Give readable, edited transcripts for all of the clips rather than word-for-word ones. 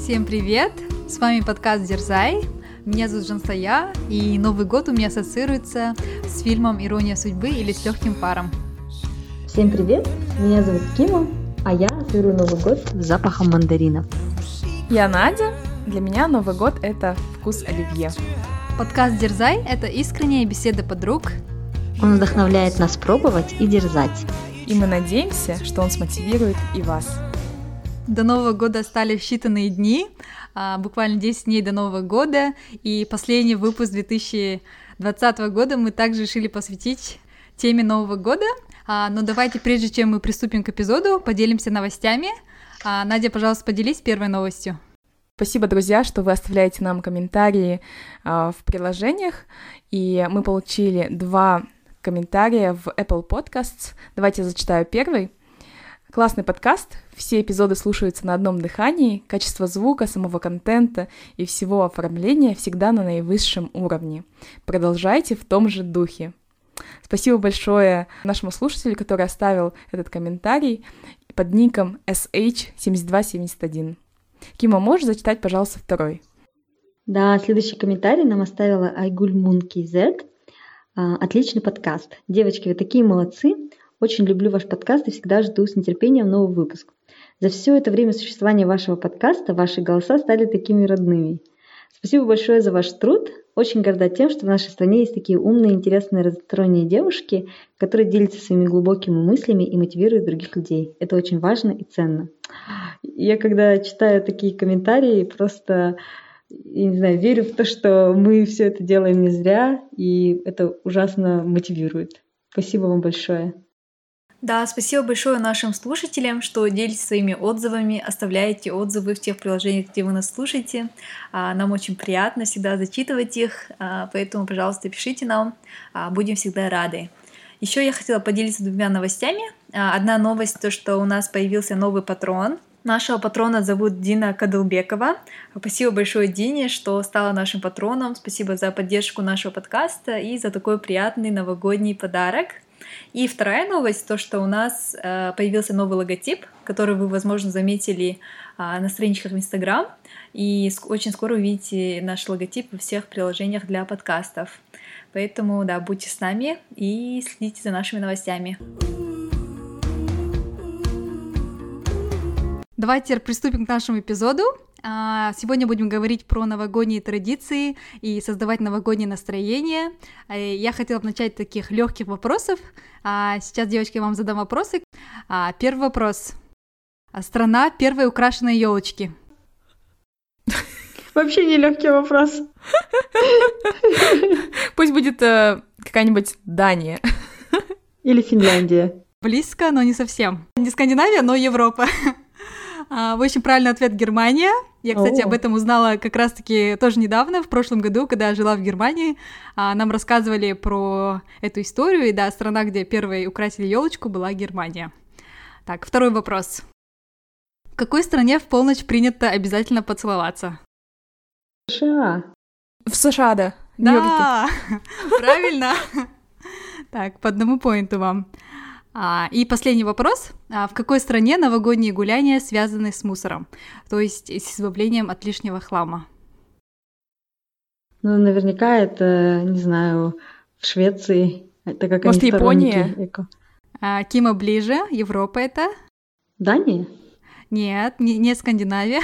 Всем привет! С вами подкаст «Дерзай». Меня зовут Жансая, и Новый год у меня ассоциируется с фильмом «Ирония судьбы» или «С легким паром». Всем привет! Меня зовут Кима, а я ассоциирую Новый год с запахом мандаринов. Я Надя. Для меня Новый год — это вкус оливье. Подкаст «Дерзай» — это искренняя беседа подруг. Он вдохновляет нас пробовать и дерзать. И мы надеемся, что он смотивирует и вас. До Нового года остались считанные дни, буквально 10 дней до Нового года, и последний выпуск 2020 года мы также решили посвятить теме Нового года. Но давайте, прежде чем мы приступим к эпизоду, поделимся новостями. Надя, пожалуйста, поделись первой новостью. Спасибо, друзья, что вы оставляете нам комментарии в приложениях, и мы получили 2 комментария в Apple Podcasts. Давайте я зачитаю первый. Классный подкаст, все эпизоды слушаются на одном дыхании, качество звука, самого контента и всего оформления всегда на наивысшем уровне. Продолжайте в том же духе. Спасибо большое нашему слушателю, который оставил этот комментарий под ником SH7271. Кима, можешь зачитать, пожалуйста, второй? Да, следующий комментарий нам оставила Айгуль Мунки Z. Отличный подкаст. Девочки, вы такие молодцы. Очень люблю ваш подкаст и всегда жду с нетерпением новый выпуск. За все это время существования вашего подкаста ваши голоса стали такими родными. Спасибо большое за ваш труд. Очень горда тем, что в нашей стране есть такие умные, интересные, разносторонние девушки, которые делятся своими глубокими мыслями и мотивируют других людей. Это очень важно и ценно. Я когда читаю такие комментарии, просто, я не знаю, верю в то, что мы все это делаем не зря, и это ужасно мотивирует. Спасибо вам большое. Да, спасибо большое нашим слушателям, что делитесь своими отзывами, оставляете отзывы в тех приложениях, где вы нас слушаете. Нам очень приятно всегда зачитывать их, поэтому, пожалуйста, пишите нам, будем всегда рады. Еще я хотела поделиться 2 новостями. Одна новость, то, что у нас появился новый патрон. Нашего патрона зовут Дина Кадылбекова. Спасибо большое Дине, что стала нашим патроном. Спасибо за поддержку нашего подкаста и за такой приятный новогодний подарок. И вторая новость, то, что у нас появился новый логотип, который вы, возможно, заметили на страничках в Instagram, и очень скоро увидите наш логотип во всех приложениях для подкастов. Поэтому, да, будьте с нами и следите за нашими новостями. Давайте приступим к нашему эпизоду. Сегодня будем говорить про новогодние традиции и создавать новогоднее настроение. Я хотела бы начать с таких легких вопросов. Сейчас, девочки, я вам задам вопросы. Первый вопрос. Страна первой украшенной елочки. Вообще не легкий вопрос. Пусть будет какая-нибудь Дания. Или Финляндия. Близко, но не совсем. Не Скандинавия, но Европа. В общем, правильный ответ — Германия. Я, кстати, об этом узнала как раз-таки тоже недавно, в прошлом году, когда я жила в Германии. Нам рассказывали про эту историю, и да, страна, где первой украсили елочку, была Германия. Так, второй вопрос. В какой стране в полночь принято обязательно поцеловаться? США. В США, да. Да, правильно. Так, по 1 поинту вам. И последний вопрос. В какой стране новогодние гуляния связаны с мусором, то есть с избавлением от лишнего хлама? Ну, наверняка это, не знаю, в Швеции. Это как может, они Япония? Эко. Кима ближе. Европа это? Дания? Нет, не Скандинавия.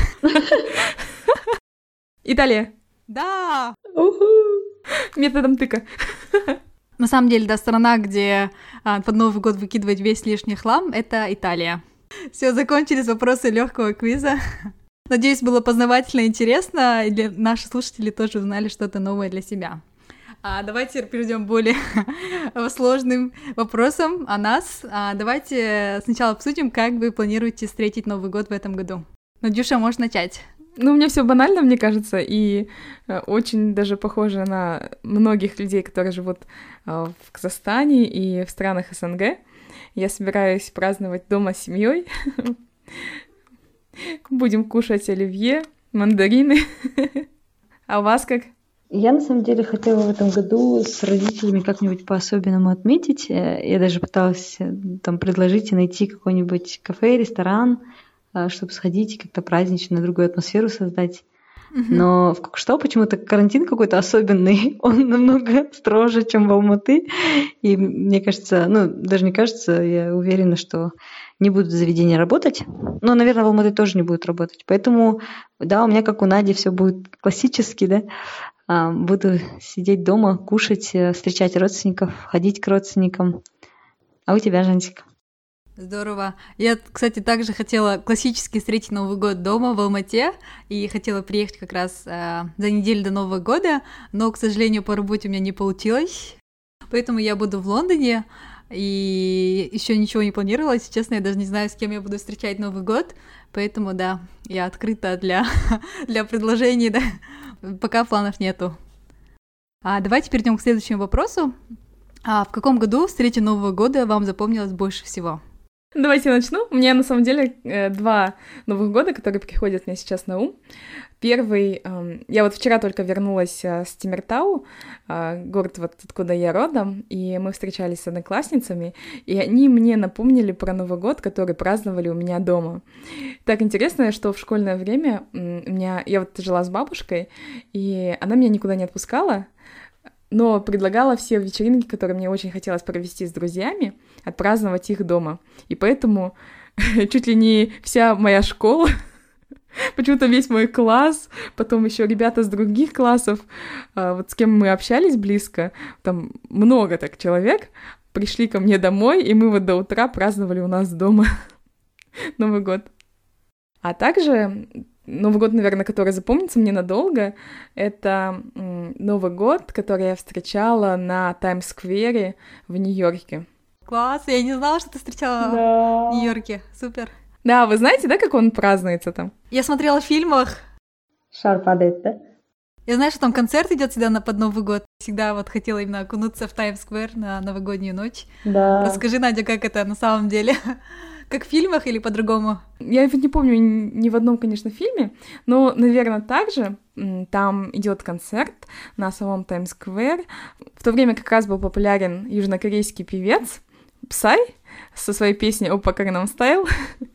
Италия. Да! Методом тыка. На самом деле, да, страна, где под Новый год выкидывать весь лишний хлам, это Италия. Все, закончились вопросы легкого квиза. Надеюсь, было познавательно и интересно, и наши слушатели тоже узнали что-то новое для себя. Давайте перейдем к более сложным вопросам о нас. Давайте сначала обсудим, как вы планируете встретить Новый год в этом году. Надюша, можешь начать. Ну, у меня все банально, мне кажется, и очень даже похоже на многих людей, которые живут в Казахстане и в странах СНГ. Я собираюсь праздновать дома с семьей. Будем кушать оливье, мандарины. А у вас как? Я, на самом деле, хотела в этом году с родителями как-нибудь по-особенному отметить. Я даже пыталась там предложить и найти какой-нибудь кафе, ресторан, чтобы сходить и как-то празднично другую атмосферу создать. Но в Кокшетау почему-то карантин какой-то особенный, он намного строже, чем в Алматы. И мне кажется, даже не кажется, я уверена, что не будут заведения работать. Но, наверное, в Алматы тоже не будут работать. Поэтому, да, у меня, как у Нади, все будет классически, да. Буду сидеть дома, кушать, встречать родственников, ходить к родственникам. А у тебя, Жансик? Здорово. Я, кстати, также хотела классически встретить Новый год дома в Алмате и хотела приехать как раз за неделю до Нового года, но, к сожалению, по работе у меня не получилось, поэтому я буду в Лондоне и еще ничего не планировала. Если честно, я даже не знаю, с кем я буду встречать Новый год, поэтому, да, я открыта для предложений, да, пока планов нету. Давайте перейдем к следующему вопросу. В каком году встреча Нового года вам запомнилась больше всего? Давайте я начну. У меня, на самом деле, 2 Новых года, которые приходят мне сейчас на ум. Первый, я вот вчера только вернулась с Темиртау, город вот откуда я родом, и мы встречались с одноклассницами, и они мне напомнили про Новый год, который праздновали у меня дома. Так интересно, что в школьное время я вот жила с бабушкой, и она меня никуда не отпускала, но предлагала все вечеринки, которые мне очень хотелось провести с друзьями, отпраздновать их дома. И поэтому чуть ли не вся моя школа, почему-то весь мой класс, потом еще ребята с других классов, вот с кем мы общались близко, там много так человек, пришли ко мне домой, и мы вот до утра праздновали у нас дома Новый год. А также Новый год, наверное, который запомнится мне надолго, это Новый год, который я встречала на Таймс-сквере в Нью-Йорке. Класс, я не знала, что ты встречала в Нью-Йорке, супер. Да, вы знаете, да, как он празднуется там? Я смотрела в фильмах. Шар падает, да? Я знаю, что там концерт идет всегда под Новый год. Всегда вот хотела именно окунуться в Таймс-сквер на новогоднюю ночь. Да. Расскажи, Надя, как это на самом деле? Как в фильмах или по-другому? Я не помню ни в одном, конечно, фильме, но, наверное, также там идет концерт на самом Таймс-сквер. В то время как раз был популярен южнокорейский певец Psy со своей песней «Опа, Gangnam Style».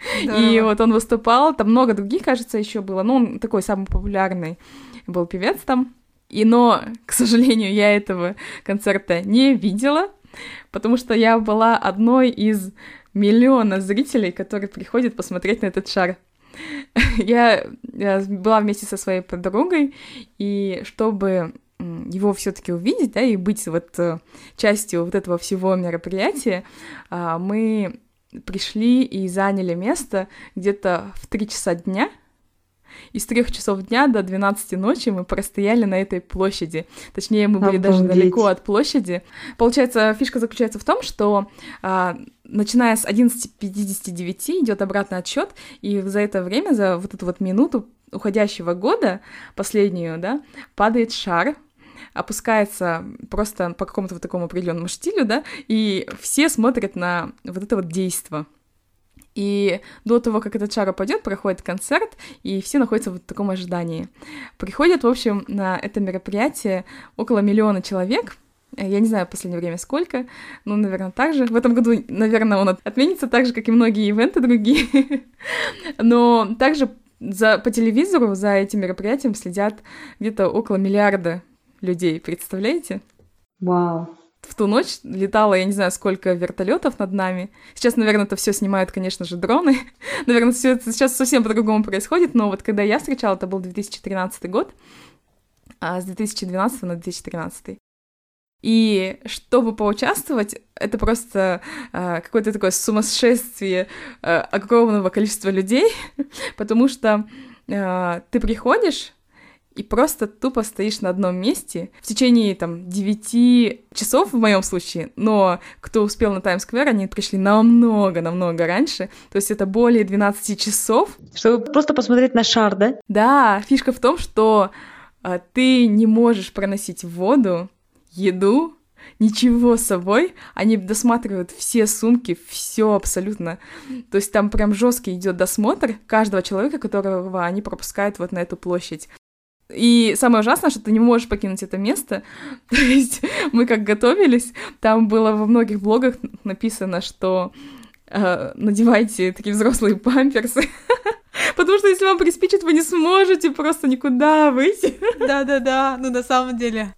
И вот он выступал, там много других, кажется, еще было, но он такой самый популярный был певец там. Но, к сожалению, я этого концерта не видела, потому что я была одной из миллиона зрителей, которые приходят посмотреть на этот шар. Я была вместе со своей подругой, и чтобы его все-таки увидеть, да, и быть вот частью вот этого всего мероприятия, мы пришли и заняли место где-то в 3 часа дня. И с 3 часов дня до 12 ночи мы простояли на этой площади. Точнее, мы были даже далеко от площади. Получается, фишка заключается в том, что начиная с 11:59 идет обратный отсчет, и за это время, за вот эту вот минуту уходящего года, последнюю, да, падает шар, опускается просто по какому-то вот такому определенному штилю, да, и все смотрят на вот это вот действо. И до того, как этот шар упадет, проходит концерт, и все находятся в таком ожидании. Приходят, в общем, на это мероприятие около 1 миллиона человек. Я не знаю в последнее время сколько, но, наверное, так же. В этом году, наверное, он отменится так же, как и многие ивенты другие. Но также по телевизору за этим мероприятием следят где-то около 1 миллиарда людей. Представляете? Вау. В ту ночь летало, я не знаю, сколько вертолетов над нами. Сейчас, наверное, это все снимают, конечно же, дроны. Наверное, все это сейчас совсем по-другому происходит, но вот когда я встречала, это был 2013 год, с 2012 на 2013. И чтобы поучаствовать, это просто какое-то такое сумасшествие огромного количества людей, потому что ты приходишь и просто тупо стоишь на одном месте в течение, 9 часов в моем случае, но кто успел на Таймс-сквер, они пришли намного раньше, то есть это более 12 часов. Чтобы просто посмотреть на шар, да? Да, фишка в том, что ты не можешь проносить воду, еду, ничего с собой, они досматривают все сумки, все абсолютно. То есть там прям жесткий идет досмотр каждого человека, которого они пропускают вот на эту площадь. И самое ужасное, что ты не можешь покинуть это место. То есть мы как готовились, там было во многих блогах написано, что надевайте такие взрослые памперсы, потому что если вам приспичит, вы не сможете просто никуда выйти. Да-да-да, ну на самом деле.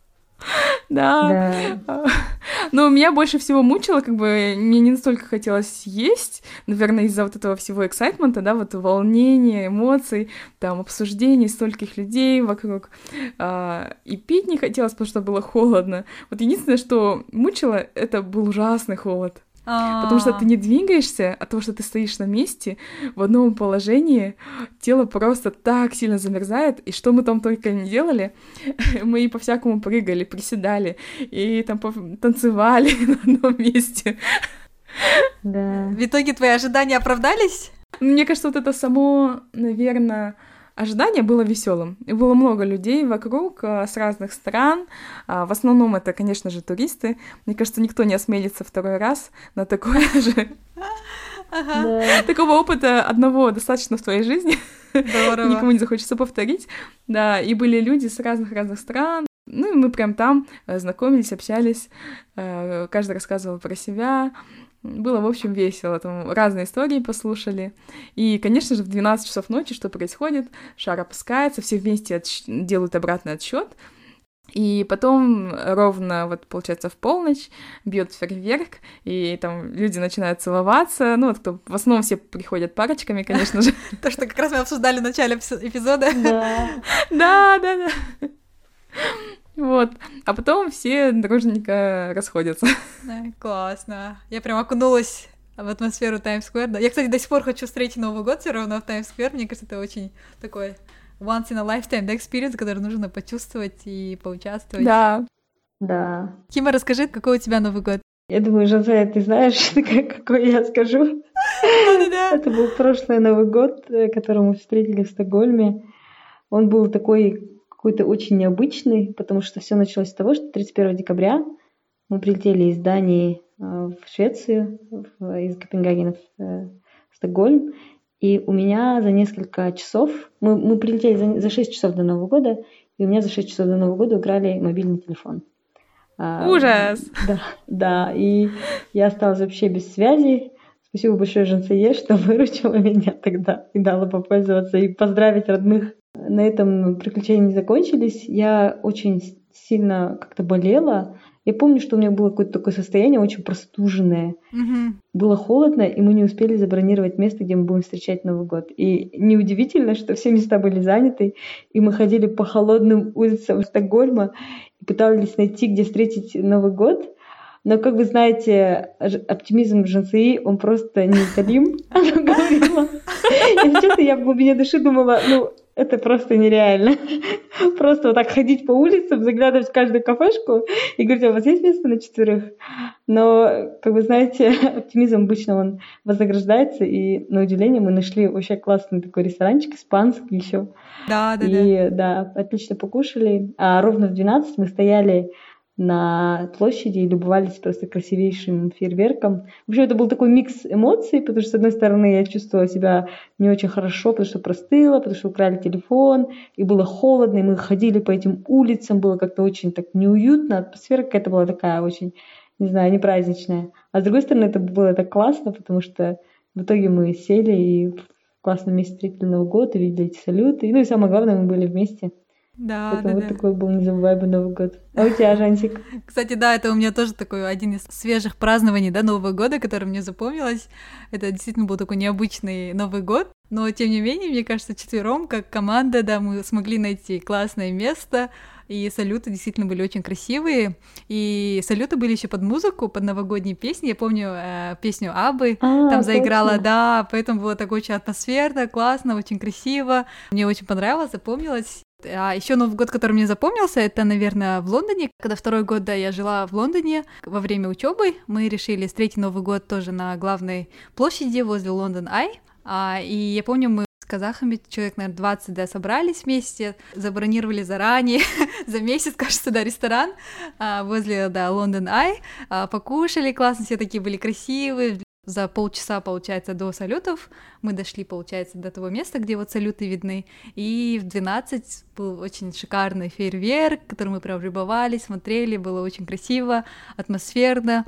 Да. Но меня больше всего мучило, как бы, мне не настолько хотелось есть, наверное, из-за вот этого всего эксайтмента, да, вот волнения, эмоций, там, обсуждений, стольких людей вокруг, и пить не хотелось, потому что было холодно. Вот единственное, что мучило, это был ужасный холод. Потому что ты не двигаешься, а то, что ты стоишь на месте в одном положении, тело просто так сильно замерзает, и что мы там только не делали, мы и по-всякому прыгали, приседали, и там танцевали на одном месте. Да. В итоге твои ожидания оправдались? Мне кажется, вот это само, наверное, ожидание было веселым. И было много людей вокруг с разных стран. В основном это, конечно же, туристы. Мне кажется, никто не осмелится второй раз на такое же. Такого опыта одного достаточно в твоей жизни. Здорово. Никому не захочется повторить. Да, и были люди с разных стран. Ну, и мы прям там знакомились, общались. Каждый рассказывал про себя. Было, в общем, весело, там разные истории послушали. И, конечно же, в 12 часов ночи что происходит? Шар опускается, все вместе делают обратный отсчет. И потом ровно, вот, получается, в полночь бьет фейерверк, и там люди начинают целоваться. Ну, вот кто в основном все приходят парочками, конечно же. То, что как раз мы обсуждали в начале эпизода. Да. Вот. А потом все дружненько расходятся. Классно. Я прям окунулась в атмосферу Таймс-сквер. Да. Я, кстати, до сих пор хочу встретить Новый год все равно в Таймс-сквер. Мне кажется, это очень такой once in a lifetime, да, experience, который нужно почувствовать и поучаствовать. Да. Кима, расскажи, какой у тебя Новый год? Я думаю, Жозе, ты знаешь, какой я скажу. Это был прошлый Новый год, который мы встретили в Стокгольме. Он был такой какой-то очень необычный, потому что все началось с того, что 31 декабря мы прилетели из Дании в Швецию, из Копенгагена в Стокгольм, и у меня за несколько часов, мы прилетели за 6 часов до Нового года, и у меня за 6 часов до Нового года украли мобильный телефон. Ужас! Да, и я осталась вообще без связи. Спасибо большое Жансее, что выручила меня тогда и дала попользоваться и поздравить родных. На этом приключения не закончились. Я очень сильно как-то болела. Я помню, что у меня было какое-то такое состояние очень простуженное. Было холодно, и мы не успели забронировать место, где мы будем встречать Новый год. И неудивительно, что все места были заняты, и мы ходили по холодным улицам Стокгольма и пытались найти, где встретить Новый год. Но, как вы знаете, оптимизм Жансеи, он просто неутолим. Она говорила. И честно, я в глубине души думала, это просто нереально. Просто вот так ходить по улицам, заглядывать в каждую кафешку и говорить, у вас есть место на 4? Но, как вы знаете, оптимизм обычно он вознаграждается, и на удивление мы нашли вообще классный такой ресторанчик, испанский еще. Да. Да, отлично покушали. А ровно в 12 мы стояли на площади и любовались просто красивейшим фейерверком. Вообще это был такой микс эмоций, потому что, с одной стороны, я чувствовала себя не очень хорошо, потому что простыла, потому что украли телефон, и было холодно, и мы ходили по этим улицам, было как-то очень так неуютно, атмосфера какая-то была такая очень, не знаю, не праздничная. А с другой стороны, это было так классно, потому что в итоге мы сели и в классном месте встретили Новый год, и видели эти салюты, и самое главное, мы были вместе. Да. Вот такой был незабываемый Новый год. А у тебя, Жансик? Кстати, да, это у меня тоже такой один из свежих празднований, да, Нового года, который мне запомнилось. Это действительно был такой необычный Новый год, но тем не менее, мне кажется, четвером, как команда, да, мы смогли найти классное место, и салюты действительно были очень красивые, и салюты были еще под музыку, под новогодние песни. Я помню песню Аббы, там заиграла, точно. Да, поэтому было так очень атмосферно, классно, очень красиво. Мне очень понравилось, запомнилось. А еще Новый год, который мне запомнился, это, наверное, в Лондоне. Когда второй год, да, я жила в Лондоне во время учебы, мы решили встретить Новый год тоже на главной площади возле Лондон Ай. И я помню, мы с казахами, человек, наверное, 20, да, собрались вместе, забронировали заранее, за месяц, кажется, да, ресторан возле, да, Лондон Ай, покушали классно, все такие были красивые. За полчаса, получается, до салютов мы дошли, получается, до того места, где вот салюты видны, и в 12 был очень шикарный фейерверк, который мы прям любовались, смотрели, было очень красиво, атмосферно.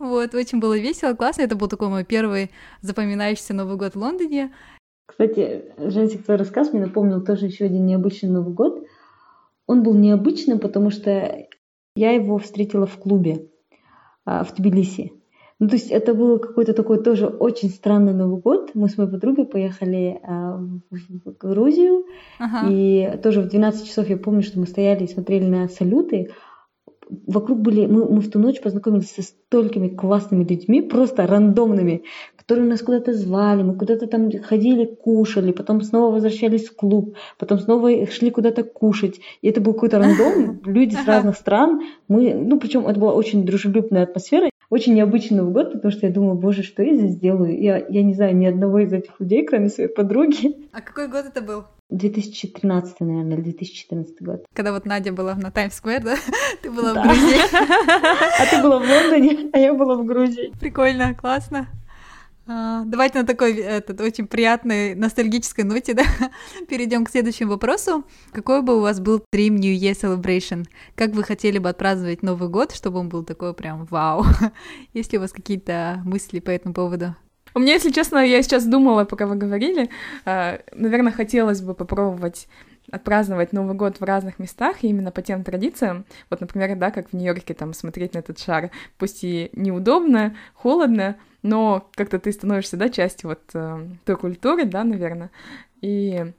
Вот, очень было весело, классно. Это был такой мой первый запоминающийся Новый год в Лондоне. Кстати, Женсик, твой рассказ мне напомнил тоже еще один необычный Новый год. Он был необычным, потому что я его встретила в клубе в Тбилиси. Ну, то есть это был какой-то такой тоже очень странный Новый год. Мы с моей подругой поехали в Грузию, и тоже в 12 часов я помню, что мы стояли и смотрели на салюты. Вокруг были, мы в ту ночь познакомились со столькими классными людьми, просто рандомными, которые нас куда-то звали, мы куда-то там ходили, кушали, потом снова возвращались в клуб, потом снова шли куда-то кушать. И это был какой-то рандом, люди с разных стран. Причем это была очень дружелюбная атмосфера, очень необычный Новый год, потому что я думала, боже, что я здесь делаю? Я не знаю ни одного из этих людей, кроме своей подруги. А какой год это был? 2013, наверное, или 2014 год. Когда вот Надя была на Таймс-сквер, да? Ты была в Грузии. А ты была в Лондоне, а я была в Грузии. Прикольно, классно. Давайте на такой очень приятной ностальгической ноте, да, перейдем к следующему вопросу. Какой бы у вас был Dream New Year Celebration? Как вы хотели бы отпраздновать Новый год, чтобы он был такой прям вау? Есть ли у вас какие-то мысли по этому поводу? У меня, если честно, я сейчас думала, пока вы говорили, наверное, хотелось бы попробовать отпраздновать Новый год в разных местах, именно по тем традициям. Вот, например, да, как в Нью-Йорке, там, смотреть на этот шар, пусть и неудобно, холодно, но как-то ты становишься, да, частью вот той культуры, да, наверное, и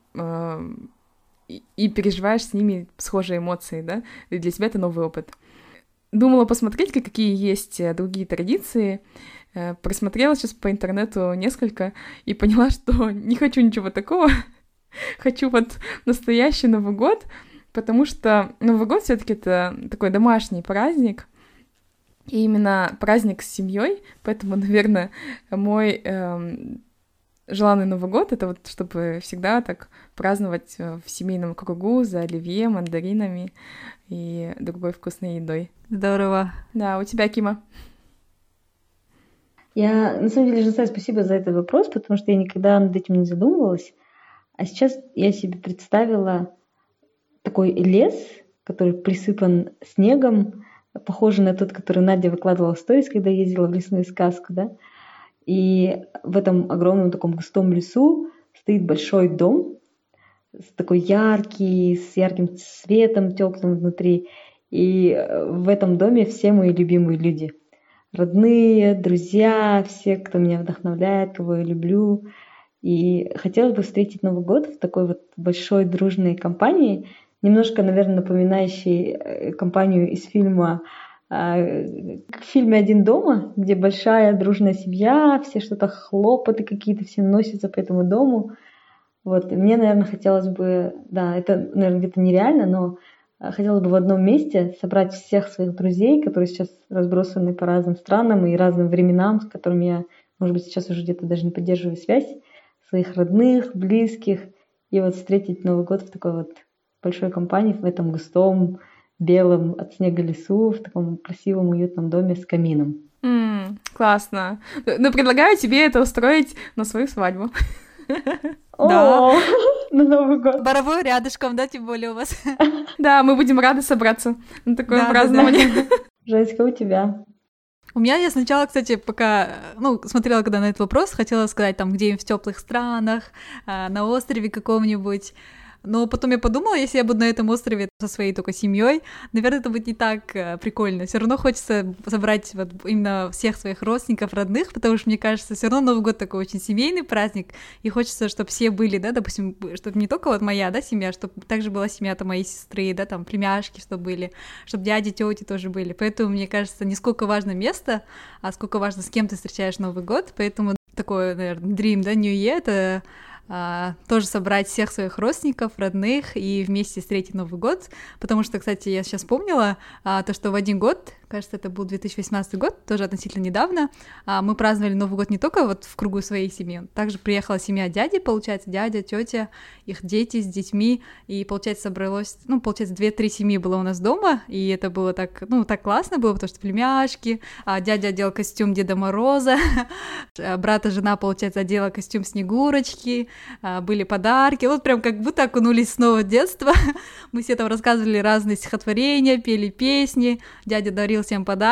переживаешь с ними схожие эмоции, да, и для тебя это новый опыт. Думала посмотреть, какие есть другие традиции, просмотрела сейчас по интернету несколько и поняла, что не хочу ничего такого, хочу вот настоящий Новый год, потому что Новый год все-таки это такой домашний праздник, и именно праздник с семьей, поэтому, наверное, мой желанный Новый год — это вот чтобы всегда так праздновать в семейном кругу за оливье, мандаринами и другой вкусной едой. Здорово. Да, у тебя, Кима? На самом деле, Женсай, спасибо за этот вопрос, потому что я никогда над этим не задумывалась. А сейчас я себе представила такой лес, который присыпан снегом, похожий на тот, который Надя выкладывала в сторис, когда ездила в лесную сказку, да. И в этом огромном таком густом лесу стоит большой дом, такой яркий, с ярким светом теплым внутри. И в этом доме все мои любимые люди. Родные, друзья, все, кто меня вдохновляет, кого я люблю. И хотелось бы встретить Новый год в такой вот большой дружной компании, немножко, наверное, напоминающей компанию из фильма, как в фильме «Один дома», где большая дружная семья, все что-то хлопоты какие-то, все носятся по этому дому. Вот. И мне, наверное, хотелось бы, да, это, наверное, где-то нереально, но хотелось бы в одном месте собрать всех своих друзей, которые сейчас разбросаны по разным странам и разным временам, с которыми я, может быть, сейчас уже где-то даже не поддерживаю связь, своих родных, близких, и вот встретить Новый год в такой вот большой компании, в этом густом, белом от снега лесу, в таком красивом, уютном доме с камином. Классно. Ну, предлагаю тебе это устроить на свою свадьбу. Да. На Новый год. Боровой рядышком, да, тем более у вас. Да, мы будем рады собраться на такое празднование. Жеська, у тебя? У меня я сначала, кстати, пока, смотрела когда на этот вопрос, хотела сказать, там, где-нибудь в теплых странах, на острове каком-нибудь. Но потом я подумала, если я буду на этом острове со своей только семьей, наверное, это будет не так прикольно. Все равно хочется собрать вот именно всех своих родственников, родных, потому что, мне кажется, все равно Новый год такой очень семейный праздник, и хочется, чтобы все были, да, допустим, чтобы не только вот моя, да, семья, чтобы также была семья там моей сестры, да, там племяшки, чтобы были, чтобы дяди, тети тоже были. Поэтому, мне кажется, не сколько важно место, а сколько важно, с кем ты встречаешь Новый год. Поэтому такой, наверное, dream, да, New Year — это тоже собрать всех своих родственников, родных и вместе встретить Новый год, потому что, кстати, я сейчас вспомнила то, что в один год, кажется, это был 2018 год, тоже относительно недавно, мы праздновали Новый год не только вот в кругу своей семьи, также приехала семья дяди, получается, дядя, тетя, их дети с детьми, и, получается, собралось, 2-3 семьи было у нас дома, и это было так, так классно было, потому что племяшки, дядя одел костюм Деда Мороза, брат и жена, получается, одела костюм Снегурочки, были подарки, вот прям как будто окунулись снова в детство. Мы все там рассказывали разные стихотворения, пели песни, дядя дарил всем подарки.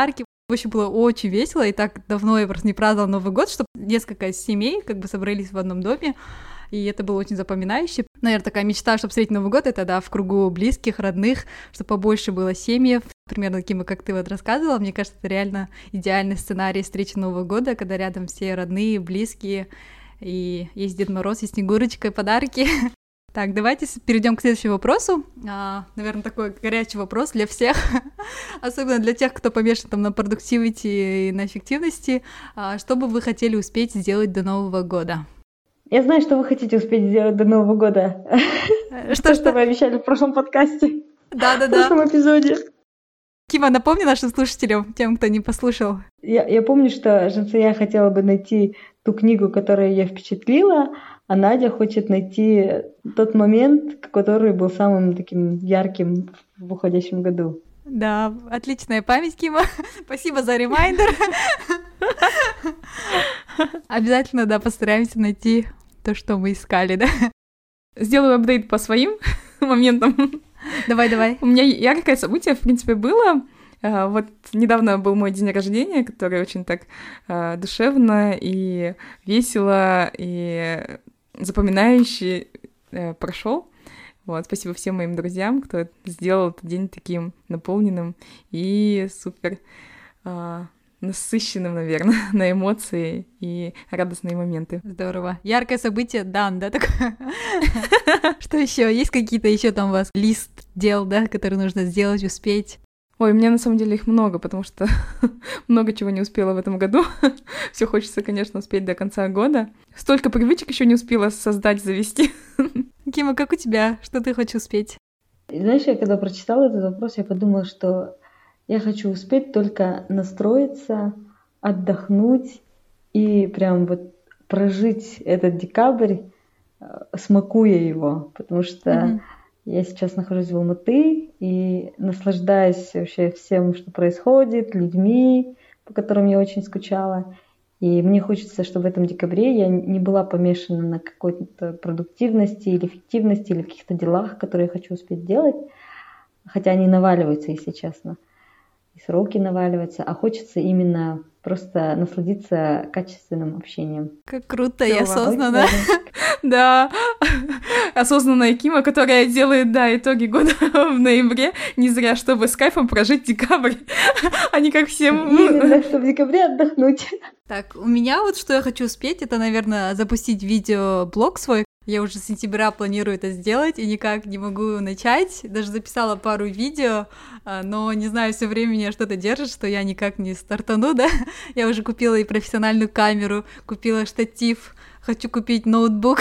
Вообще было очень весело, и так давно я просто не праздновала Новый год, что несколько семей как бы собрались в одном доме, и это было очень запоминающе. Наверное, такая мечта, чтобы встретить Новый год, это, да, в кругу близких, родных, чтобы побольше было семьев, примерно такими, как ты вот рассказывала. Мне кажется, это реально идеальный сценарий встречи Нового года, когда рядом все родные, близкие, и есть Дед Мороз, есть Снегурочка, и подарки. Так, давайте перейдем к следующему вопросу. Наверное, такой горячий вопрос для всех, особенно для тех, кто помешан там на продуктивити и на эффективности. Что бы вы хотели успеть сделать до Нового года? Я знаю, что вы хотите успеть сделать до Нового года. Что вы обещали в прошлом подкасте. Да. В прошлом эпизоде. Кима, напомни нашим слушателям, тем, кто не послушал. Я помню, что Жансая хотела бы найти ту книгу, которая ее впечатлила, а Надя хочет найти тот момент, который был самым таким ярким в уходящем году. Да, отличная память, Кима. Спасибо за ремайдер. Обязательно, да, постараемся найти то, что мы искали, да. Сделаю апдейт по своим моментам. Давай. У меня яркое событие, в принципе, было. Вот недавно был мой день рождения, который очень так душевно и весело и запоминающе прошел. Вот, спасибо всем моим друзьям, кто сделал этот день таким наполненным и супер насыщенным, наверное, на эмоции и радостные моменты. Здорово. Яркое событие, дан, да, такое? Что еще? Есть какие-то еще там у вас лист дел, да, которые нужно сделать, успеть? Ой, у меня на самом деле их много, потому что много чего не успела в этом году. Все хочется, конечно, успеть до конца года. Столько привычек еще не успела создать, завести. Кима, как у тебя? Что ты хочешь успеть? Знаешь, я когда прочитала этот вопрос, я подумала, что я хочу успеть только настроиться, отдохнуть и прям вот прожить этот декабрь, смакуя его, потому что я сейчас нахожусь в Алматы и наслаждаюсь вообще всем, что происходит, людьми, по которым я очень скучала. И мне хочется, чтобы в этом декабре я не была помешана на какой-то продуктивности или эффективности, или каких-то делах, которые я хочу успеть делать, хотя они наваливаются, если честно. И сроки наваливаются, а хочется именно просто насладиться качественным общением. Как круто и осознанно. Да, осознанная Кима, которая делает, да, итоги года в ноябре, не зря, чтобы с кайфом прожить декабрь, а не как всем. Именно, чтобы в декабре отдохнуть. Так, у меня вот что я хочу успеть, это, наверное, запустить видеоблог свой. Я уже с сентября планирую это сделать и никак не могу начать. Даже записала пару видео, но не знаю, все время меня что-то держит, что я никак не стартану, да. Я уже купила и профессиональную камеру, купила штатив, хочу купить ноутбук.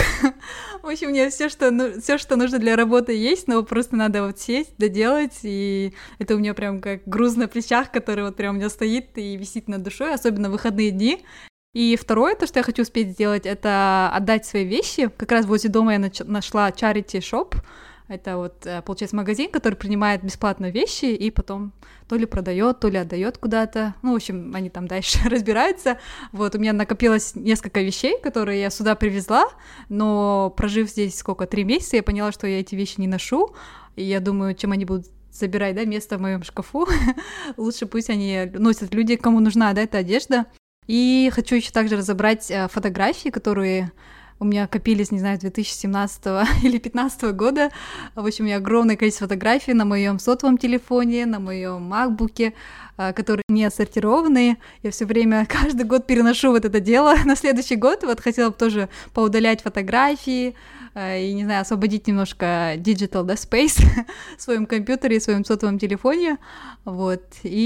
В общем, у меня все, что нужно для работы есть, но просто надо вот сесть, доделать, и это у меня прям как груз на плечах, который вот прям у меня стоит и висит над душой, особенно в выходные дни. И второе, то, что я хочу успеть сделать, это отдать свои вещи. Как раз возле дома я нашла charity shop. Это вот, получается, магазин, который принимает бесплатно вещи и потом то ли продает, то ли отдает куда-то. Ну, в общем, они там дальше разбираются. Вот, у меня накопилось несколько вещей, которые я сюда привезла, но прожив здесь 3 месяца, я поняла, что я эти вещи не ношу, и я думаю, чем они будут забирать, да, место в моем шкафу, лучше пусть они носят люди, кому нужна, да, эта одежда. И хочу еще также разобрать фотографии, которые у меня копились, не знаю, с 2017 или 2015 года. В общем, у меня огромное количество фотографий на моем сотовом телефоне, на моем макбуке, которые не отсортированные. Я все время, каждый год переношу вот это дело на следующий год. Вот хотела бы тоже поудалять фотографии и, не знаю, освободить немножко digital, да, space в своем компьютере и в своем сотовом телефоне. Вот.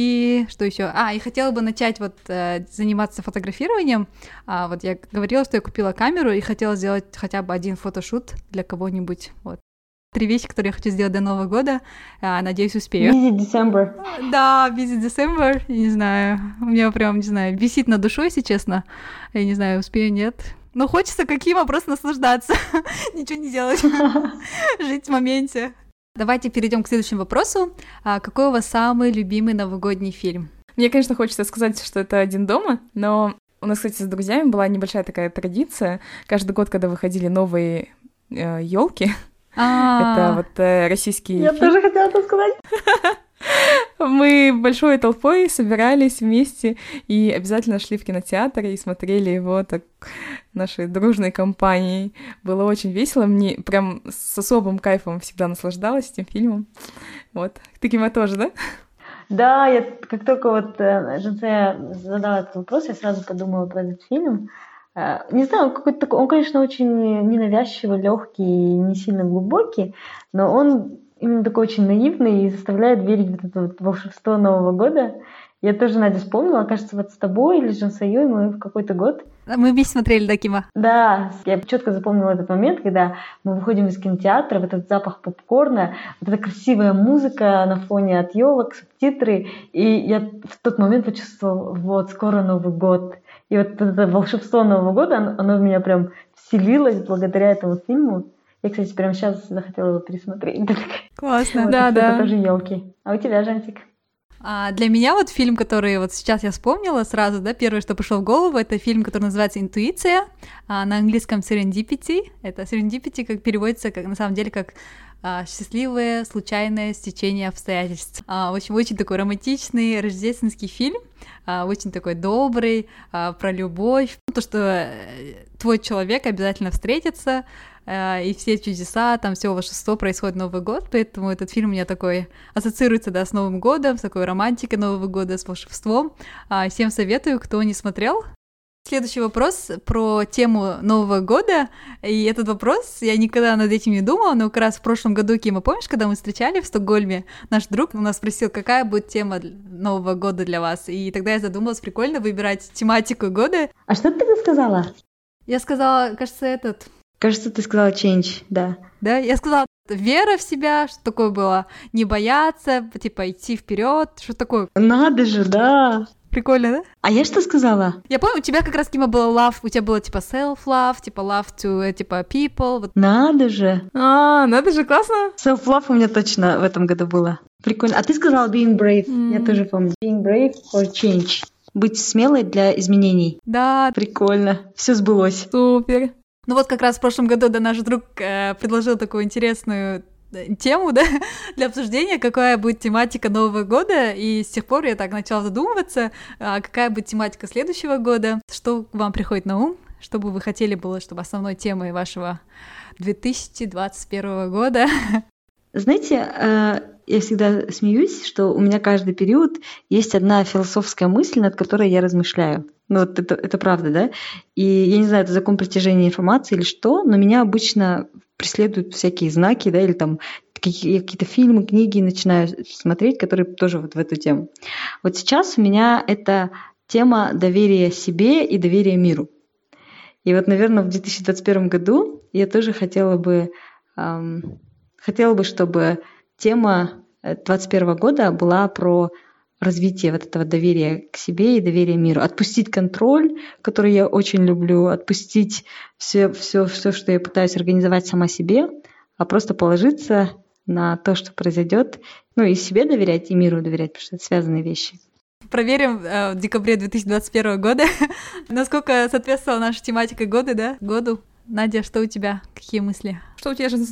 И что еще? И хотела бы начать вот заниматься фотографированием. Вот я говорила, что я купила камеру и хотела сделать хотя бы один фотошут для кого-нибудь. Вот. 3 вещи, которые я хочу сделать до Нового года. Надеюсь, успею. Busy December. Да, Busy December. Не знаю, у меня прям, не знаю, висит над душой, если честно. Я не знаю, успею, нет. Но хочется каким просто наслаждаться. Ничего не делать. Жить в моменте. Давайте перейдем к следующему вопросу. Какой у вас самый любимый новогодний фильм? Мне, конечно, хочется сказать, что это «Один дома», но у нас, кстати, с друзьями была небольшая такая традиция. Каждый год, когда выходили новые елки, это вот российский Я фильм. тоже хотела это сказать. Мы большой толпой собирались вместе и обязательно шли в кинотеатр и смотрели его так нашей дружной компанией. Было очень весело, мне прям с особым кайфом всегда наслаждалась этим фильмом. Вот. Ты, Кима, тоже, да? Да, я как только вот Женция задала этот вопрос, я сразу подумала про этот фильм. Не знаю, он какой-то такой, он, конечно, очень ненавязчивый, легкий и не сильно глубокий, но он именно такой очень наивный и заставляет верить в это вот волшебство Нового года. Я тоже, Надя, вспомнила, кажется, вот с тобой или с Жансаюй мы в какой-то год. Мы вместе смотрели, да, Кима? Да, я четко запомнила этот момент, когда мы выходим из кинотеатра, вот этот запах попкорна, вот эта красивая музыка на фоне от елок, субтитры, и я в тот момент почувствовала, вот, скоро Новый год. И вот это волшебство Нового года, оно в меня прям вселилось благодаря этому фильму. Я, кстати, прямо сейчас захотела его пересмотреть. Классно. Вот, Да. Это тоже елки. А у тебя, Жантик? Для меня вот фильм, который вот сейчас я вспомнила сразу, да, первое, что пришло в голову, это фильм, который называется «Интуиция», на английском «Serendipity». Это «Serendipity» как переводится, как на самом деле, как счастливое случайное стечение обстоятельств. В общем, очень такой романтичный рождественский фильм, очень такой добрый, про любовь, то, что твой человек обязательно встретится, и все чудеса, там все волшебство происходит в Новый год, поэтому этот фильм у меня такой ассоциируется, да, с Новым годом, с такой романтикой Нового года, с волшебством. Всем советую, кто не смотрел. Следующий вопрос про тему Нового года, и этот вопрос, я никогда над этим не думала, но как раз в прошлом году, Кима, помнишь, когда мы встречали в Стокгольме, наш друг у нас спросил, какая будет тема Нового года для вас, и тогда я задумалась, прикольно выбирать тематику года. А что ты тогда сказала? Я сказала, кажется, Кажется, ты сказала change, да. Да, я сказала, вера в себя, что такое было, не бояться, типа идти вперед, что такое. Надо же, да. Прикольно, да? А я что сказала? Я помню, у тебя как раз, Кима, было love, у тебя было типа self-love, типа love to, типа people. Вот. Надо же. Надо же, классно. Self-love у меня точно в этом году было. Прикольно. А ты сказала being brave. Я тоже помню. Being brave for change. Быть смелой для изменений. Да. Прикольно. Все сбылось. Супер. Ну вот как раз в прошлом году, да, наш друг предложил такую интересную тему, да, для обсуждения, какая будет тематика Нового года, и с тех пор я так начала задумываться, какая будет тематика следующего года, что вам приходит на ум, что бы вы хотели было, чтобы основной темой вашего 2021 года. Знаете, я всегда смеюсь, что у меня каждый период есть одна философская мысль, над которой я размышляю. Ну вот это правда, да? И я не знаю, это закон притяжения информации или что, но меня обычно преследуют всякие знаки, да, или там какие-то фильмы, книги начинаю смотреть, которые тоже вот в эту тему. Вот сейчас у меня это тема доверия себе и доверия миру. И вот, наверное, в 2021 году я тоже хотела бы, чтобы тема 2021 года была про развитие вот этого доверия к себе и доверия миру. Отпустить контроль, который я очень люблю, отпустить все, что я пытаюсь организовать сама себе, а просто положиться на то, что произойдет. Ну и себе доверять, и миру доверять, потому что это связанные вещи. Проверим в декабре 2021 года, насколько соответствовала наша тематика года, да, году. Надя, что у тебя? Какие мысли? Что у тебя же?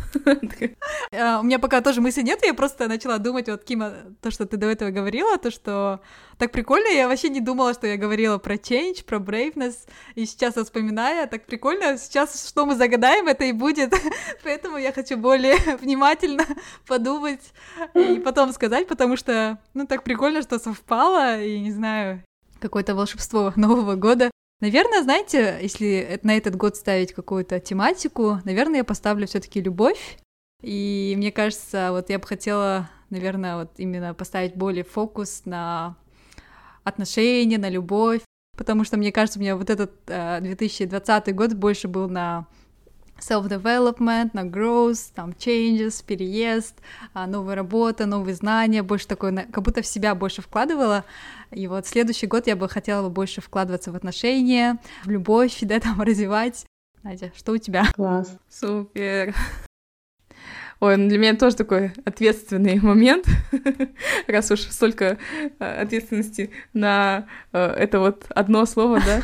У меня пока тоже мысли нет, я просто начала думать, вот, Кима, то, что ты до этого говорила, то, что так прикольно, я вообще не думала, что я говорила про change, про braveness, и сейчас вот вспоминая, так прикольно, сейчас что мы загадаем, это и будет, поэтому я хочу более внимательно подумать и потом сказать, потому что, ну, так прикольно, что совпало, и, не знаю, какое-то волшебство Нового года. Наверное, знаете, если на этот год ставить какую-то тематику, наверное, я поставлю все-таки любовь. И мне кажется, вот я бы хотела, наверное, вот именно поставить более фокус на отношения, на любовь, потому что, мне кажется, у меня вот этот 2020 год больше был на self-development, на growth, там, changes, переезд, новая работа, новые знания, больше такое, как будто в себя больше вкладывала. И вот следующий год я бы хотела больше вкладываться в отношения, в любовь, да, там, развивать. Надя, что у тебя? Класс. Супер. Ой, ну для меня тоже такой ответственный момент, раз уж столько ответственности на это вот одно слово, да.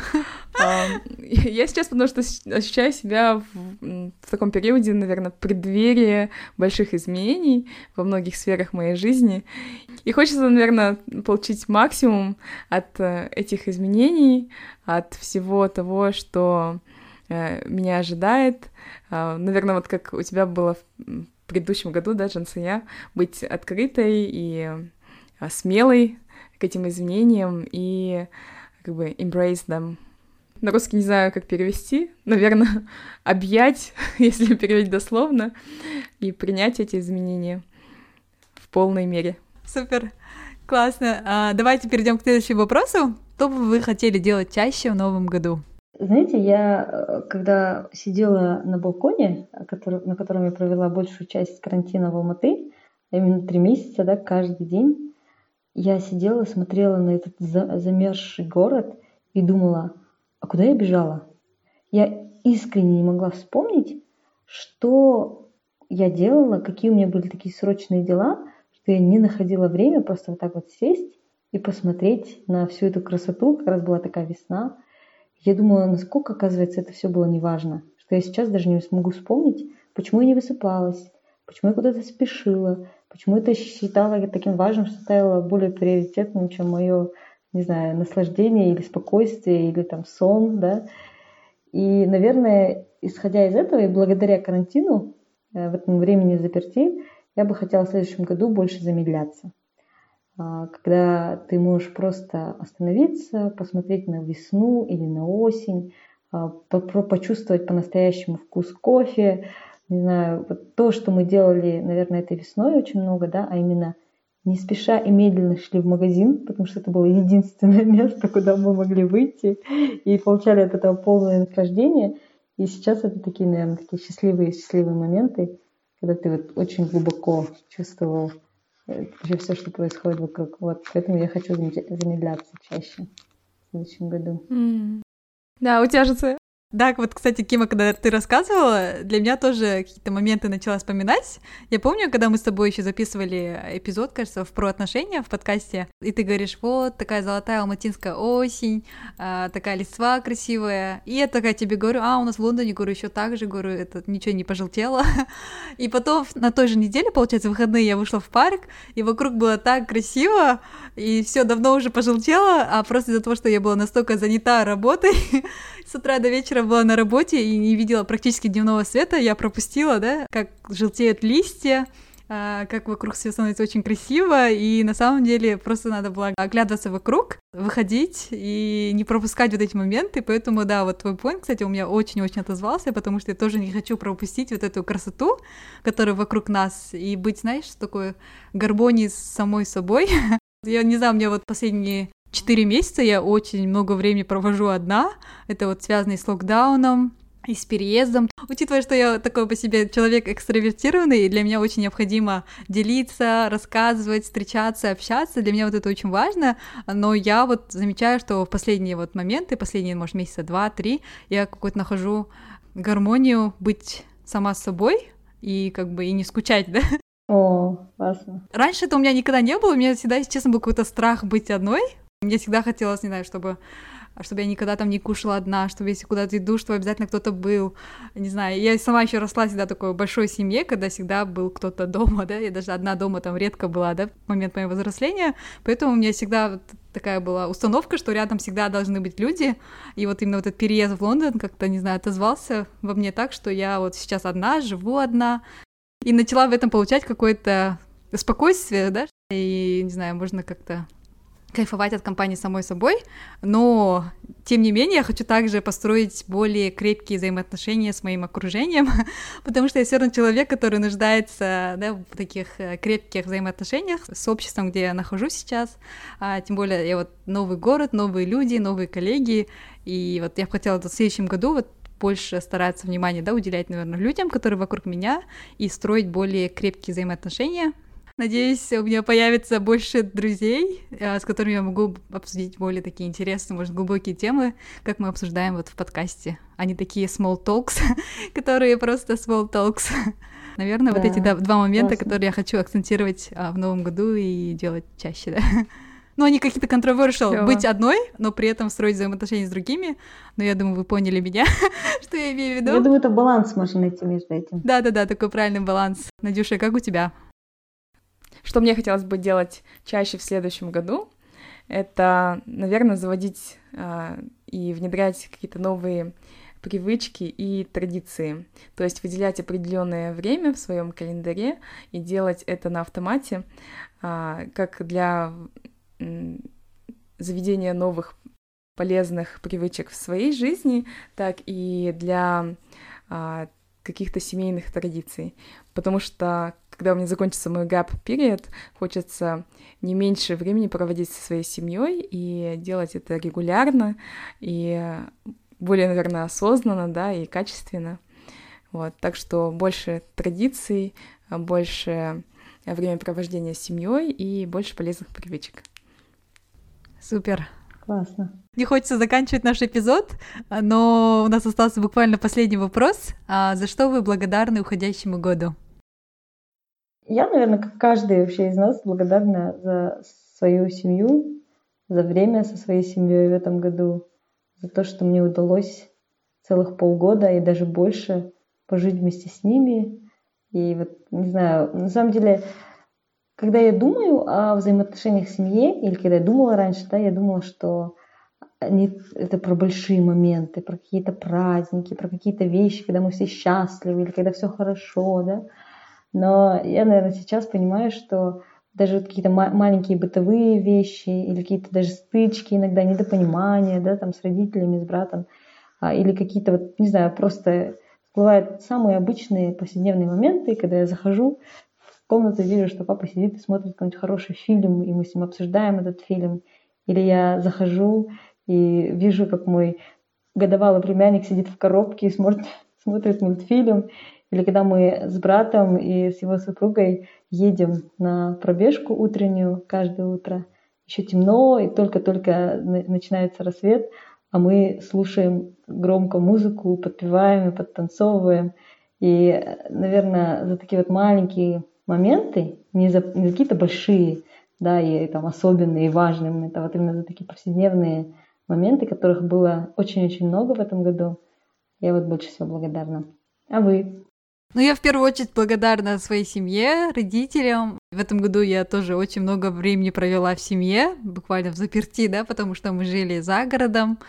Я сейчас потому что ощущаю себя в таком периоде, наверное, преддверии больших изменений во многих сферах моей жизни. И хочется, наверное, получить максимум от этих изменений, от всего того, что меня ожидает. Наверное, вот как у тебя было в предыдущем году, да, Жансая, быть открытой и смелой к этим изменениям и как бы embrace them. На русский не знаю, как перевести. Наверное, объять, если перевести дословно, и принять эти изменения в полной мере. Супер, классно. Давайте перейдем к следующему вопросу. Что бы вы хотели делать чаще в новом году? Знаете, я когда сидела на балконе, на котором я провела большую часть карантина в Алматы, именно 3 месяца, да, каждый день, я сидела, смотрела на этот замерзший город и думала, а куда я бежала? Я искренне не могла вспомнить, что я делала, какие у меня были такие срочные дела, что я не находила время просто вот так вот сесть и посмотреть на всю эту красоту. Как раз была такая весна. Я думала, насколько, оказывается, это все было неважно, что я сейчас даже не смогу вспомнить, почему я не высыпалась, почему я куда-то спешила, почему это считала таким важным, что ставила более приоритетным, чем мое, не знаю, наслаждение или спокойствие, или там сон, да. И, наверное, исходя из этого и благодаря карантину, в этом времени заперти, я бы хотела в следующем году больше замедляться. Когда ты можешь просто остановиться, посмотреть на весну или на осень, почувствовать по-настоящему вкус кофе. Не знаю, вот то, что мы делали, наверное, этой весной очень много, да, а именно не спеша и медленно шли в магазин, потому что это было единственное место, куда мы могли выйти и получали от этого полное наслаждение. И сейчас это такие, наверное, такие счастливые моменты, когда ты вот очень глубоко чувствовал вообще все, что происходит вокруг. Вот, поэтому я хочу замедляться чаще в следующем году. Да, у тебя же Да, вот, кстати, Кима, когда ты рассказывала, для меня тоже какие-то моменты начала вспоминать. Я помню, когда мы с тобой еще записывали эпизод, кажется, про отношения в подкасте, и ты говоришь, вот, такая золотая алматинская осень, такая листва красивая, и я такая тебе говорю, у нас в Лондоне, говорю, еще так же, говорю, это ничего не пожелтело. И потом на той же неделе, получается, в выходные я вышла в парк, и вокруг было так красиво, и все давно уже пожелтело, а просто из-за того, что я была настолько занята работой, с утра до вечера была на работе и не видела практически дневного света, я пропустила, да, как желтеют листья, как вокруг все становится очень красиво, и на самом деле просто надо было оглядываться вокруг, выходить и не пропускать вот эти моменты, поэтому, да, вот твой поинт, кстати, у меня очень-очень отозвался, потому что я тоже не хочу пропустить вот эту красоту, которая вокруг нас, и быть, знаешь, в такой гармонии с самой собой. Я не знаю, у меня вот последние 4 месяца я очень много времени провожу одна, это вот связано и с локдауном, и с переездом. Учитывая, что я такой по себе человек экстравертированный, и для меня очень необходимо делиться, рассказывать, встречаться, общаться, для меня вот это очень важно, но я вот замечаю, что в последние вот моменты, последние, может, месяца 2-3, я какую-то нахожу гармонию быть сама с собой и как бы и не скучать, да? О, классно. Раньше это у меня никогда не было, у меня всегда, если честно, был какой-то страх быть одной. Мне всегда хотелось, не знаю, чтобы я никогда там не кушала одна, чтобы если куда-то иду, чтобы обязательно кто-то был, не знаю. Я сама еще росла всегда в такой большой семье, когда всегда был кто-то дома, да, я даже одна дома там редко была, да, в момент моего взросления, поэтому у меня всегда вот такая была установка, что рядом всегда должны быть люди, и вот именно вот этот переезд в Лондон как-то, не знаю, отозвался во мне так, что я вот сейчас одна, живу одна, и начала в этом получать какое-то спокойствие, да, и, не знаю, можно как-то кайфовать от компании самой собой, но, тем не менее, я хочу также построить более крепкие взаимоотношения с моим окружением, потому что я все равно человек, который нуждается, да, в таких крепких взаимоотношениях с обществом, где я нахожусь сейчас, тем более я вот новый город, новые люди, новые коллеги, и вот я бы хотела в следующем году вот больше стараться внимание, да, уделять, наверное, людям, которые вокруг меня, и строить более крепкие взаимоотношения. Надеюсь, у меня появится больше друзей, с которыми я могу обсудить более такие интересные, может, глубокие темы, как мы обсуждаем вот в подкасте, а не такие small talks, которые просто small talks. Наверное, вот эти Да, два момента, классно. которые я хочу акцентировать в новом году и делать чаще, да. Ну, они какие-то controversial. Быть Клёво. одной, но при этом строить взаимоотношения с другими. Но я думаю, вы поняли меня, что я имею в Я виду. думаю, это баланс можно найти между этим. Да-да-да, такой правильный баланс. Надюша, как у тебя? Что мне хотелось бы делать чаще в следующем году, это, наверное, заводить и внедрять какие-то новые привычки и традиции. То есть выделять определенное время в своем календаре и делать это на автомате, как для заведения новых полезных привычек в своей жизни, так и для каких-то семейных традиций. Потому что, когда у меня закончится мой gap period, хочется не меньше времени проводить со своей семьей и делать это регулярно и более, наверное, осознанно, да, и качественно. Вот. Так что больше традиций, больше времяпровождения с семьей и больше полезных привычек. Супер. Классно. Не хочется заканчивать наш эпизод, но у нас остался буквально последний вопрос. За что вы благодарны уходящему году? Я, наверное, как каждый вообще из нас, благодарна за свою семью, за время со своей семьей в этом году, за то, что мне удалось целых полгода и даже больше пожить вместе с ними. И вот, не знаю, на самом деле, когда я думаю о взаимоотношениях в семье, или когда я думала раньше, да, я думала, что это про большие моменты, про какие-то праздники, про какие-то вещи, когда мы все счастливы, или когда все хорошо, да. Но я, наверное, сейчас понимаю, что даже вот какие-то маленькие бытовые вещи или какие-то даже стычки иногда, недопонимания, да, там с родителями, с братом, или какие-то, вот, не знаю, просто бывают самые обычные повседневные моменты, когда я захожу в комнату, вижу, что папа сидит и смотрит какой-нибудь хороший фильм, и мы с ним обсуждаем этот фильм, или я захожу и вижу, как мой годовалый племянник сидит в коробке и смотрит мультфильм, или когда мы с братом и с его супругой едем на пробежку утреннюю каждое утро. Еще темно, и только-только начинается рассвет, а мы слушаем громко музыку, подпеваем и подтанцовываем. И, наверное, за такие вот маленькие моменты, не какие-то большие, да, и там особенные и важные, это вот именно за такие повседневные моменты, которых было очень-очень много в этом году, я вот больше всего благодарна. А вы? Ну, я в первую очередь благодарна своей семье, родителям. В этом году я тоже очень много времени провела в семье, буквально в заперти, да, потому что мы жили за городом.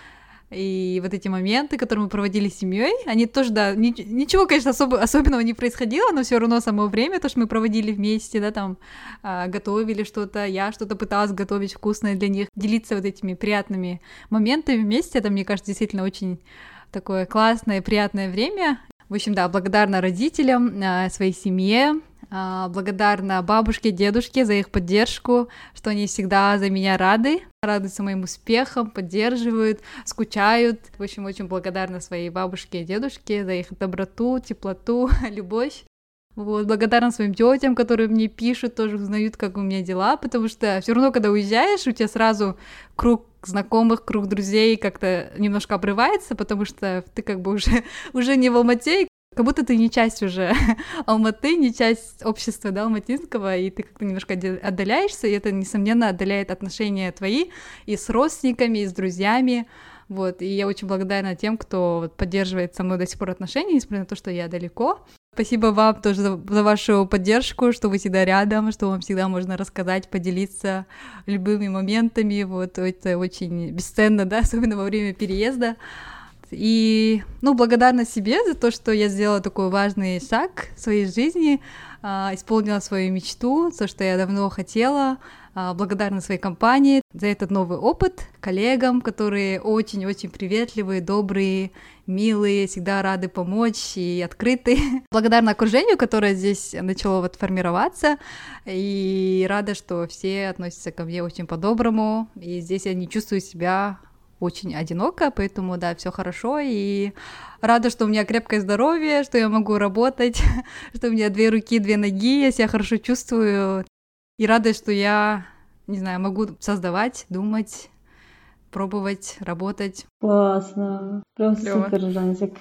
И вот эти моменты, которые мы проводили с семьей, они тоже, да, ничего, конечно, особенного не происходило, но все равно само время, то, что мы проводили вместе, да, там, готовили что-то, я что-то пыталась готовить вкусное для них, делиться вот этими приятными моментами вместе, это, мне кажется, действительно очень такое классное, приятное время. В общем, да, благодарна родителям, своей семье, благодарна бабушке, дедушке за их поддержку, что они всегда за меня рады, радуются моим успехам, поддерживают, скучают. В общем, очень благодарна своей бабушке и дедушке за их доброту, теплоту, любовь. Вот, благодарна своим тетям, которые мне пишут, тоже узнают, как у меня дела, потому что все равно, когда уезжаешь, у тебя сразу круг знакомых, круг друзей как-то немножко обрывается, потому что ты как бы уже не в Алмате, как будто ты не часть уже Алматы, не часть общества, да, алматинского, и ты как-то немножко отдаляешься, и это, несомненно, отдаляет отношения твои и с родственниками, и с друзьями. Вот, и я очень благодарна тем, кто поддерживает со мной до сих пор отношения, несмотря на то, что я далеко. Спасибо вам тоже за вашу поддержку, что вы всегда рядом, что вам всегда можно рассказать, поделиться любыми моментами. Вот это очень бесценно, да, особенно во время переезда. И, благодарна себе за то, что я сделала такой важный шаг в своей жизни, исполнила свою мечту, то, что я давно хотела. Благодарна своей компании за этот новый опыт, коллегам, которые очень-очень приветливые, добрые, милые, всегда рады помочь и открыты. Благодарна окружению, которое здесь начало формироваться, и рада, что все относятся ко мне очень по-доброму, и здесь я не чувствую себя очень одиноко, поэтому, да, все хорошо, и рада, что у меня крепкое здоровье, что я могу работать, что у меня 2 руки, 2 ноги, я себя хорошо чувствую, и рада, что я, не знаю, могу создавать, думать, пробовать, работать. Классно, прям Клёво. супер, Жанзик.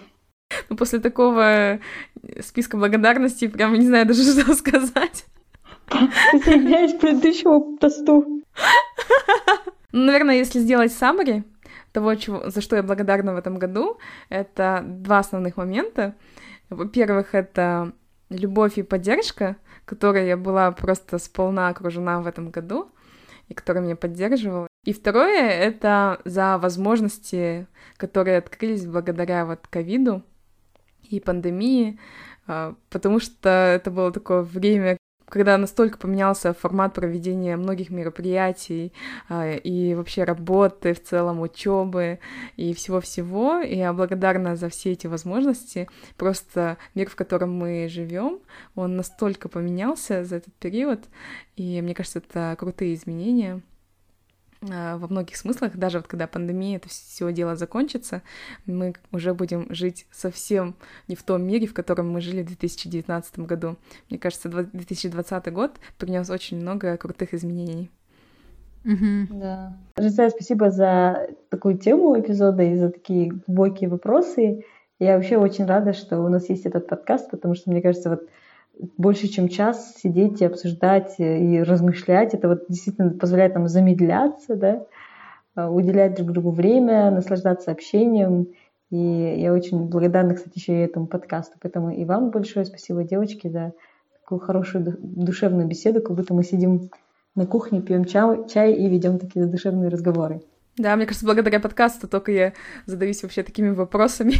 Ну, после такого списка благодарностей прям не знаю даже, что сказать. Присоединяюсь к предыдущему посту. Ну, наверное, если сделать summary того, за что я благодарна в этом году, это два основных момента. Во-первых, это любовь и поддержка, которой я была просто сполна окружена в этом году, и которая меня поддерживала. И второе — это за возможности, которые открылись благодаря вот ковиду и пандемии, потому что это было такое время, когда настолько поменялся формат проведения многих мероприятий и вообще работы, в целом учебы и всего-всего. И я благодарна за все эти возможности. Просто мир, в котором мы живем, он настолько поменялся за этот период, и мне кажется, это крутые изменения во многих смыслах. Даже вот когда пандемия, это все дело закончится, мы уже будем жить совсем не в том мире, в котором мы жили в 2019 году. Мне кажется, 2020 год принес очень много крутых изменений. Да. Жизель, спасибо за такую тему эпизода и за такие глубокие вопросы. Я вообще очень рада, что у нас есть этот подкаст, потому что, мне кажется, вот больше, чем час сидеть и обсуждать и размышлять, это вот действительно позволяет нам замедляться, да, уделять друг другу время, наслаждаться общением. И я очень благодарна, кстати, еще и этому подкасту. Поэтому и вам большое спасибо, девочки, за такую хорошую душевную беседу, как будто мы сидим на кухне, пьем чай и ведем такие душевные разговоры. Да, мне кажется, благодаря подкасту только я задаюсь вообще такими вопросами.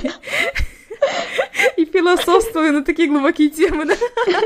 И философствую на такие глубокие темы, да?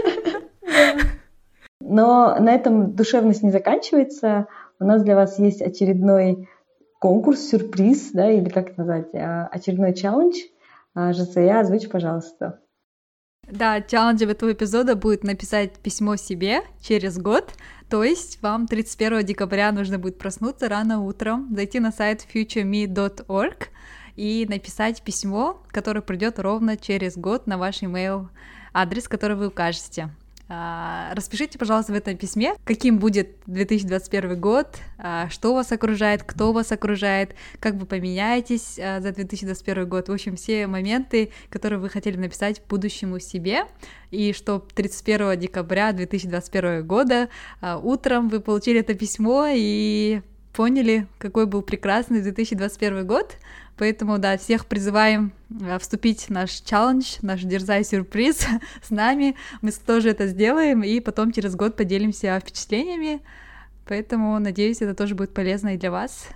Но на этом душевность не заканчивается. У нас для вас есть очередной конкурс, сюрприз, да, или как это назвать, очередной челлендж. Жасая, озвучь, пожалуйста. Да, челленджем этого эпизода будет написать письмо себе через год, то есть вам 31 декабря нужно будет проснуться рано утром, зайти на сайт futureme.org и написать письмо, которое придет ровно через год на ваш email адрес, который вы укажете. Распишите, пожалуйста, в этом письме, каким будет 2021 год, что вас окружает, кто вас окружает, как вы поменяетесь за 2021 год. В общем, все моменты, которые вы хотели написать будущему себе, и что 31 декабря 2021 года утром вы получили это письмо и поняли, какой был прекрасный 2021 год. Поэтому, да, всех призываем вступить в наш челлендж, наш дерзай-сюрприз с нами. Мы тоже это сделаем, и потом через год поделимся впечатлениями. Поэтому, надеюсь, это тоже будет полезно и для вас.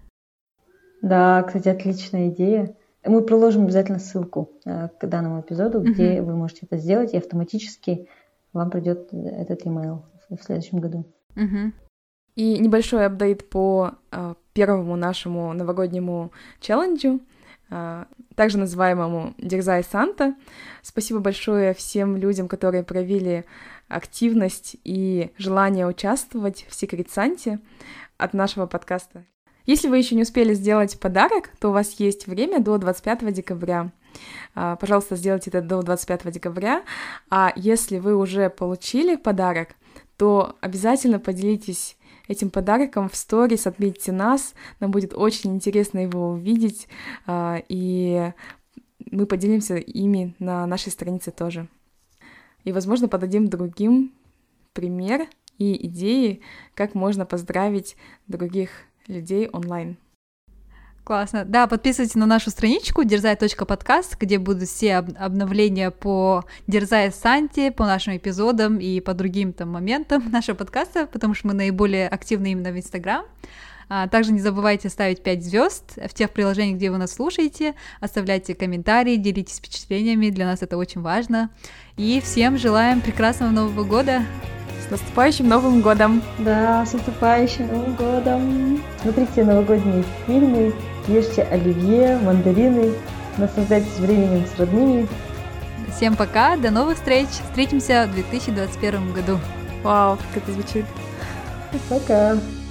Да, кстати, отличная идея. Мы приложим обязательно ссылку к данному эпизоду, где вы можете это сделать, и автоматически вам придет этот email в следующем году. И небольшой апдейт по первому нашему новогоднему челленджу, также называемому «Дерзай Санта». Спасибо большое всем людям, которые проявили активность и желание участвовать в Secret Санте от нашего подкаста. Если вы еще не успели сделать подарок, то у вас есть время до 25 декабря. Пожалуйста, сделайте это до 25 декабря. А если вы уже получили подарок, то обязательно поделитесь этим подарком в сторис, отметьте нас, нам будет очень интересно его увидеть, и мы поделимся ими на нашей странице тоже. И, возможно, подадим другим пример и идеи, как можно поздравить других людей онлайн. Классно. Да, подписывайтесь на нашу страничку дерзай.подкаст, где будут все обновления по Дерзай Санте, по нашим эпизодам и по другим там моментам нашего подкаста, потому что мы наиболее активны именно в Инстаграм. Также не забывайте ставить 5 звезд в тех приложениях, где вы нас слушаете, оставляйте комментарии, делитесь впечатлениями, для нас это очень важно. И всем желаем прекрасного Нового года! С наступающим Новым годом! Да, с наступающим Новым годом! Смотрите новогодние фильмы, ешьте оливье, мандарины, наслаждайтесь временем с родными. Всем пока, до новых встреч! Встретимся в 2021 году! Вау, как это звучит! Пока!